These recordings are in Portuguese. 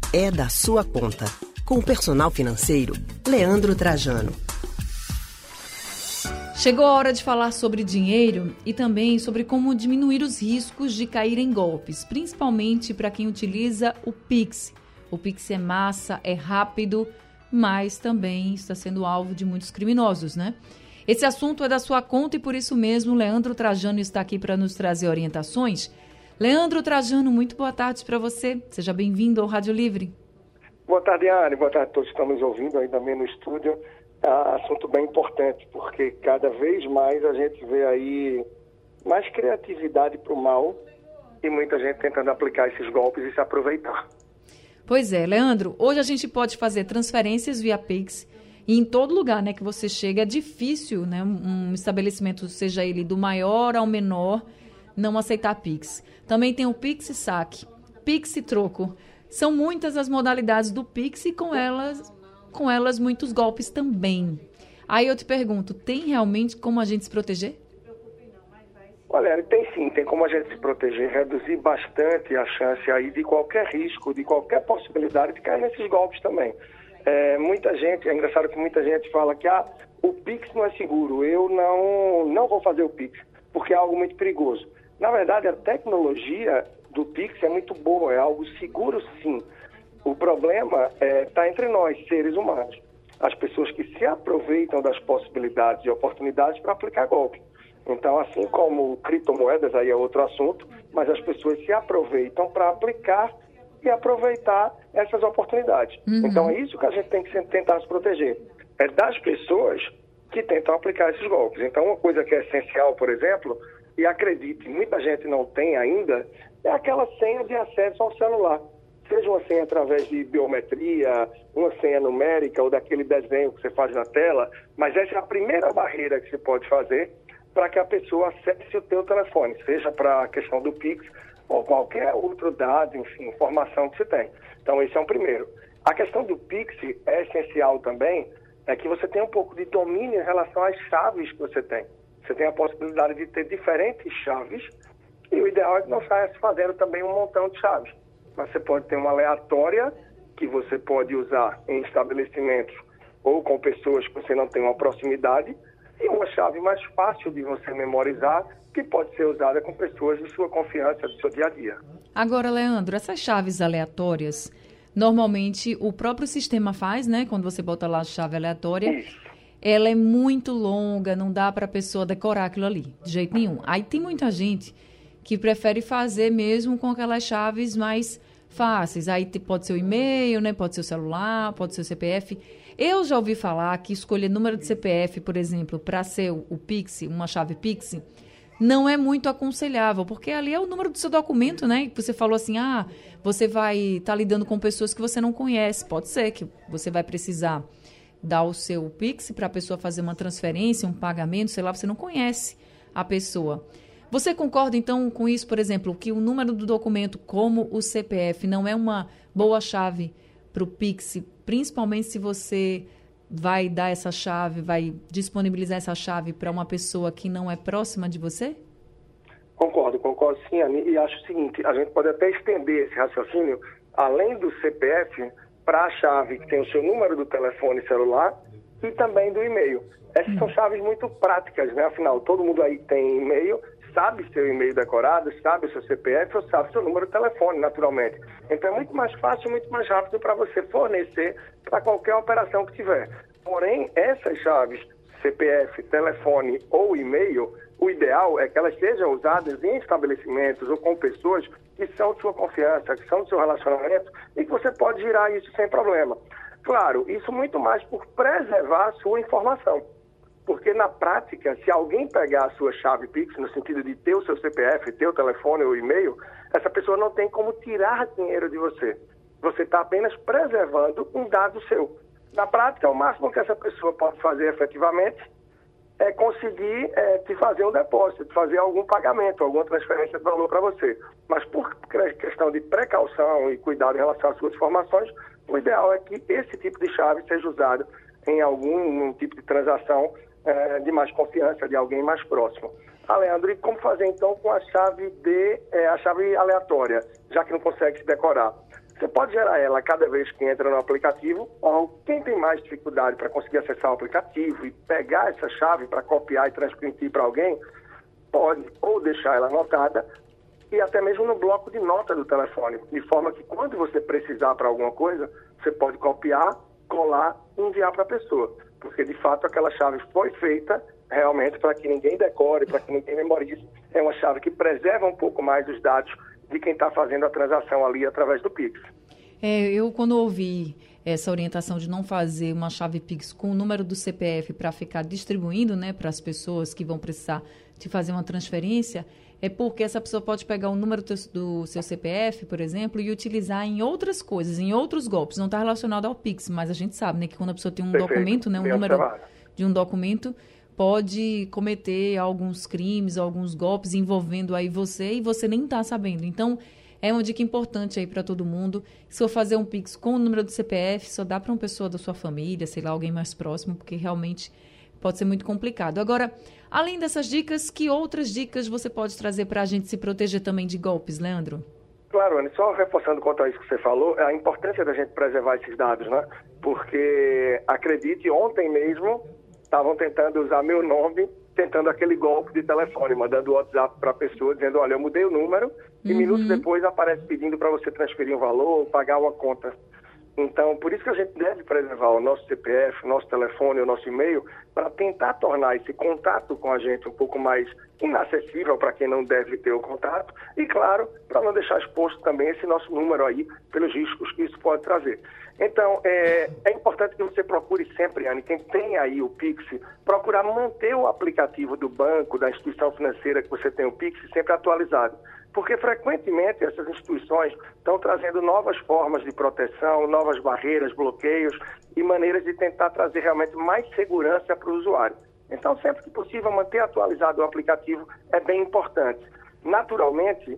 é da sua conta. Com o personal financeiro, Leandro Trajano. Chegou a hora de falar sobre dinheiro e também sobre como diminuir os riscos de cair em golpes, principalmente para quem utiliza o Pix. O Pix é massa, é rápido, mas também está sendo alvo de muitos criminosos, né? Esse assunto é da sua conta e por isso mesmo Leandro Trajano está aqui para nos trazer orientações. Leandro Trajano, muito boa tarde para você. Seja bem-vindo ao Rádio Livre. Boa tarde, Anne. Boa tarde a todos que estão nos ouvindo aí também no estúdio. Assunto bem importante, porque cada vez mais a gente vê aí mais criatividade para o mal e muita gente tentando aplicar esses golpes e se aproveitar. Pois é, Leandro, hoje a gente pode fazer transferências via Pix e em todo lugar, né, que você chega é difícil, né, um estabelecimento, seja ele do maior ao menor, não aceitar Pix. Também tem o Pix e Saque, Pix e Troco. São muitas as modalidades do Pix e com elas muitos golpes também. Aí eu te pergunto, tem realmente como a gente se proteger? Olha, tem sim, tem como a gente se proteger, reduzir bastante a chance aí de qualquer risco, de qualquer possibilidade de cair nesses golpes também. Muita gente, é engraçado que muita gente fala que o Pix não é seguro, eu não vou fazer o Pix, porque é algo muito perigoso. Na verdade, a tecnologia do Pix é muito boa, é algo seguro sim. O problema está entre nós, seres humanos. As pessoas que se aproveitam das possibilidades e oportunidades para aplicar golpe. Então, assim como criptomoedas, aí é outro assunto, mas as pessoas se aproveitam para aplicar e aproveitar essas oportunidades. Uhum. Então, é isso que a gente tem que tentar se proteger. É das pessoas que tentam aplicar esses golpes. Então, uma coisa que é essencial, por exemplo, e acredite, muita gente não tem ainda, é aquela senha de acesso ao celular. Seja uma senha através de biometria, uma senha numérica ou daquele desenho que você faz na tela, mas essa é a primeira barreira que você pode fazer para que a pessoa acesse o teu telefone, seja para a questão do Pix ou qualquer outro dado, enfim, informação que você tem. Então, esse é um primeiro. A questão do Pix é essencial também, é que você tenha um pouco de domínio em relação às chaves que você tem. Você tem a possibilidade de ter diferentes chaves e o ideal é que não saia se fazendo também um montão de chaves. Mas você pode ter uma aleatória que você pode usar em estabelecimentos ou com pessoas que você não tem uma proximidade e uma chave mais fácil de você memorizar que pode ser usada com pessoas de sua confiança, do seu dia a dia. Agora, Leandro, essas chaves aleatórias, normalmente o próprio sistema faz, né? Quando você bota lá a chave aleatória, Isso. Ela é muito longa, não dá para a pessoa decorar aquilo ali, de jeito nenhum. Aí tem muita gente que prefere fazer mesmo com aquelas chaves mais fáceis. Aí pode ser o e-mail, né? Pode ser o celular, pode ser o CPF. Eu já ouvi falar que escolher número de CPF, por exemplo, para ser o Pix, uma chave Pix, não é muito aconselhável, porque ali é o número do seu documento, né? E você falou assim, você vai estar lidando com pessoas que você não conhece. Pode ser que você vai precisar dar o seu Pix para a pessoa fazer uma transferência, um pagamento, sei lá, você não conhece a pessoa. Você concorda, então, com isso, por exemplo, que o número do documento, como o CPF, não é uma boa chave para o Pix, principalmente se você vai dar essa chave, vai disponibilizar essa chave para uma pessoa que não é próxima de você? Concordo sim, Anny, e acho o seguinte, a gente pode até estender esse raciocínio, além do CPF, para a chave que tem o seu número do telefone celular e também do e-mail. Essas são chaves muito práticas, né? Afinal, todo mundo aí tem e-mail, sabe seu e-mail decorado, sabe o seu CPF ou sabe seu número de telefone, naturalmente. Então é muito mais fácil, muito mais rápido para você fornecer para qualquer operação que tiver. Porém, essas chaves, CPF, telefone ou e-mail, o ideal é que elas sejam usadas em estabelecimentos ou com pessoas que são de sua confiança, que são do seu relacionamento e que você pode girar isso sem problema. Claro, isso muito mais por preservar a sua informação. Porque na prática, se alguém pegar a sua chave Pix, no sentido de ter o seu CPF, ter o telefone ou e-mail, essa pessoa não tem como tirar dinheiro de você. Você está apenas preservando um dado seu. Na prática, o máximo que essa pessoa pode fazer efetivamente é conseguir te fazer um depósito, te fazer algum pagamento, alguma transferência de valor para você. Mas por questão de precaução e cuidado em relação às suas informações, o ideal é que esse tipo de chave seja usado em algum tipo de transação de mais confiança, de alguém mais próximo. Leandro, e como fazer então com a chave aleatória, já que não consegue se decorar? Você pode gerar ela cada vez que entra no aplicativo, ou quem tem mais dificuldade para conseguir acessar o aplicativo e pegar essa chave para copiar e transmitir para alguém, pode ou deixar ela anotada e até mesmo no bloco de nota do telefone, de forma que quando você precisar para alguma coisa, você pode copiar, colar e enviar para a pessoa. Porque, de fato, aquela chave foi feita realmente para que ninguém decore, para que ninguém memorize. É uma chave que preserva um pouco mais os dados de quem está fazendo a transação ali através do Pix. Eu, quando ouvi essa orientação de não fazer uma chave Pix com o número do CPF para ficar distribuindo, né, para as pessoas que vão precisar de fazer uma transferência, é porque essa pessoa pode pegar o número do seu CPF, por exemplo, e utilizar em outras coisas, em outros golpes. Não está relacionado ao Pix, mas a gente sabe, né, que quando a pessoa tem um documento, né, um número de um documento, pode cometer alguns crimes, alguns golpes envolvendo aí você e você nem está sabendo. Então, é uma dica importante aí para todo mundo. Se for fazer um Pix com o número do CPF, só dá para uma pessoa da sua família, sei lá, alguém mais próximo, porque realmente pode ser muito complicado. Agora, além dessas dicas, que outras dicas você pode trazer para a gente se proteger também de golpes, Leandro? Claro, Anny, só reforçando quanto a isso que você falou, a importância da gente preservar esses dados, né? Porque, acredite, ontem mesmo estavam tentando usar meu nome, tentando aquele golpe de telefone, mandando o WhatsApp para a pessoa, dizendo, olha, eu mudei o número, e minutos depois aparece pedindo para você transferir um valor ou pagar uma conta. Então, por isso que a gente deve preservar o nosso CPF, o nosso telefone, o nosso e-mail, para tentar tornar esse contato com a gente um pouco mais inacessível para quem não deve ter o contato e, claro, para não deixar exposto também esse nosso número aí pelos riscos que isso pode trazer. Então, é importante que você procure sempre, Anny, quem tem aí o Pix, procurar manter o aplicativo do banco, da instituição financeira que você tem o Pix sempre atualizado. Porque, frequentemente, essas instituições estão trazendo novas formas de proteção, novas barreiras, bloqueios e maneiras de tentar trazer realmente mais segurança para o usuário. Então, sempre que possível, manter atualizado o aplicativo é bem importante. Naturalmente,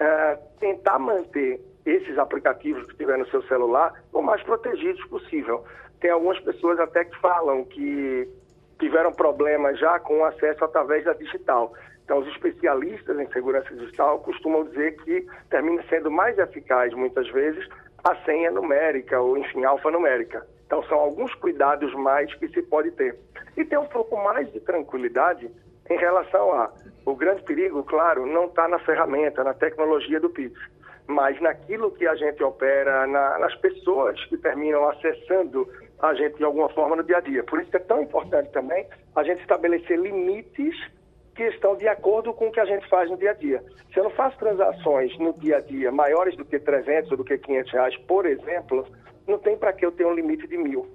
tentar manter esses aplicativos que estiver no seu celular o mais protegidos possível. Tem algumas pessoas até que falam que tiveram problemas já com o acesso através da digital. Então, os especialistas em segurança digital costumam dizer que termina sendo mais eficaz, muitas vezes, a senha numérica ou, enfim, alfanumérica. Então, são alguns cuidados mais que se pode ter. E ter um pouco mais de tranquilidade em relação o grande perigo, claro, não está na ferramenta, na tecnologia do Pix, mas naquilo que a gente opera, nas pessoas que terminam acessando a gente de alguma forma no dia a dia. Por isso que é tão importante também a gente estabelecer limites que estão de acordo com o que a gente faz no dia a dia. Se eu não faço transações no dia a dia maiores do que 300 ou do que 500 reais, por exemplo, não tem para que eu ter um limite de 1.000.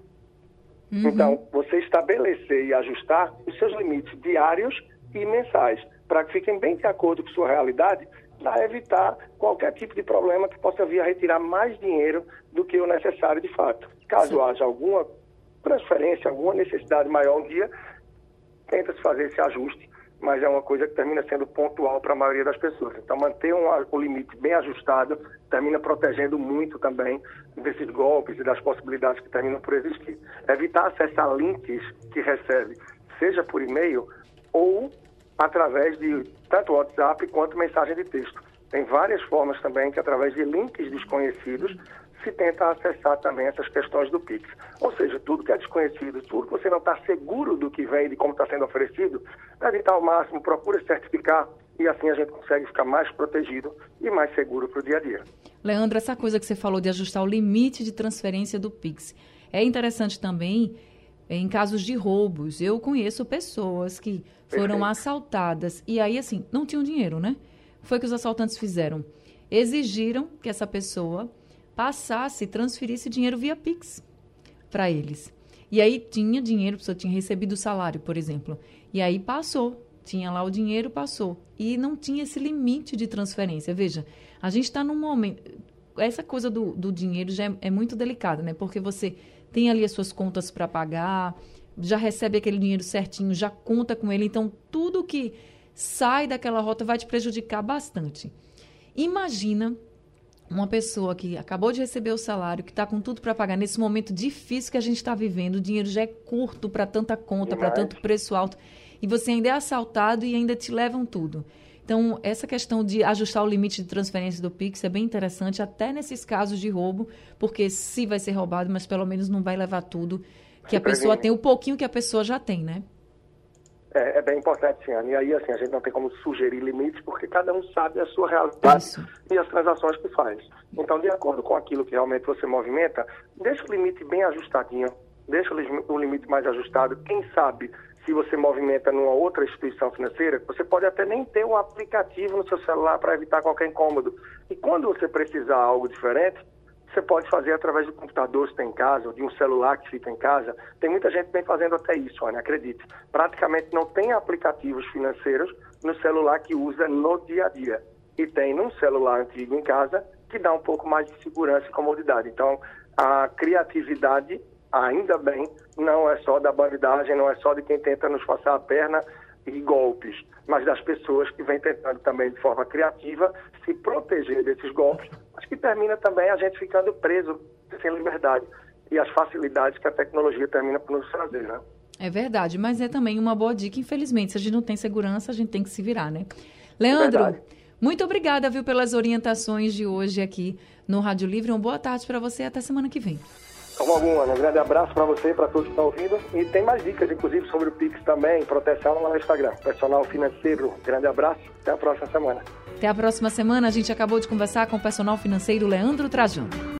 Então, você estabelecer e ajustar os seus limites diários e mensais, para que fiquem bem de acordo com sua realidade, para evitar qualquer tipo de problema que possa vir a retirar mais dinheiro do que o necessário de fato. Caso haja alguma transferência, alguma necessidade maior um dia, tenta-se fazer esse ajuste, mas é uma coisa que termina sendo pontual para a maioria das pessoas. Então, manter o limite bem ajustado termina protegendo muito também desses golpes e das possibilidades que terminam por existir. Evitar acessar links que recebe, seja por e-mail ou através de tanto WhatsApp quanto mensagem de texto. Tem várias formas também que, através de links desconhecidos, se tenta acessar também essas questões do Pix. Ou seja, tudo que é desconhecido, tudo que você não está seguro do que vem e de como está sendo oferecido, evitar ao máximo, procura certificar e assim a gente consegue ficar mais protegido e mais seguro para o dia a dia. Leandro, essa coisa que você falou de ajustar o limite de transferência do Pix, é interessante também em casos de roubos. Eu conheço pessoas que foram assaltadas e aí, assim, não tinham dinheiro, né? Foi o que os assaltantes fizeram. Exigiram que essa pessoa passasse, transferisse dinheiro via Pix para eles. E aí tinha dinheiro, a pessoa tinha recebido o salário, por exemplo. E aí passou, tinha lá o dinheiro, passou. E não tinha esse limite de transferência. Veja, a gente está num momento... Essa coisa do dinheiro já é muito delicada, né? Porque você tem ali as suas contas para pagar, já recebe aquele dinheiro certinho, já conta com ele. Então, tudo que sai daquela rota vai te prejudicar bastante. Imagina uma pessoa que acabou de receber o salário, que está com tudo para pagar nesse momento difícil que a gente está vivendo, o dinheiro já é curto para tanta conta, para tanto preço alto, e você ainda é assaltado e ainda te levam tudo. Então, Então, essa questão de ajustar o limite de transferência do Pix é bem interessante, até nesses casos de roubo, porque se vai ser roubado, mas pelo menos não vai levar tudo que a pessoa tem, o pouquinho que a pessoa já tem, né? É bem importante, sim, Ana. E aí, assim, a gente não tem como sugerir limites, porque cada um sabe a sua realidade e as transações que faz. Então, de acordo com aquilo que realmente você movimenta, deixa o limite bem ajustadinho, deixa o limite mais ajustado. Quem sabe, se você movimenta numa outra instituição financeira, você pode até nem ter um aplicativo no seu celular para evitar qualquer incômodo. E quando você precisar de algo diferente, você pode fazer através do computador que tem em casa, ou de um celular que fica em casa. Tem muita gente que vem fazendo até isso, Ana, acredite. Praticamente não tem aplicativos financeiros no celular que usa no dia a dia. E tem num celular antigo em casa que dá um pouco mais de segurança e comodidade. Então, a criatividade, ainda bem, não é só da bandidagem, não é só de quem tenta nos passar a perna e golpes, mas das pessoas que vêm tentando também de forma criativa se proteger desses golpes, mas que termina também a gente ficando preso, sem liberdade, e as facilidades que a tecnologia termina por nos trazer, né? É verdade, mas é também uma boa dica, infelizmente, se a gente não tem segurança, a gente tem que se virar, né? Leandro, muito obrigada, viu, pelas orientações de hoje aqui no Rádio Livre. Uma boa tarde para você, até semana que vem. Como algum, Ana. Um grande abraço para você e para todos que estão ouvindo. E tem mais dicas, inclusive, sobre o Pix também, proteção lá no Instagram. Personal Financeiro. Grande abraço. Até a próxima semana. Até a próxima semana. A gente acabou de conversar com o personal financeiro Leandro Trajano.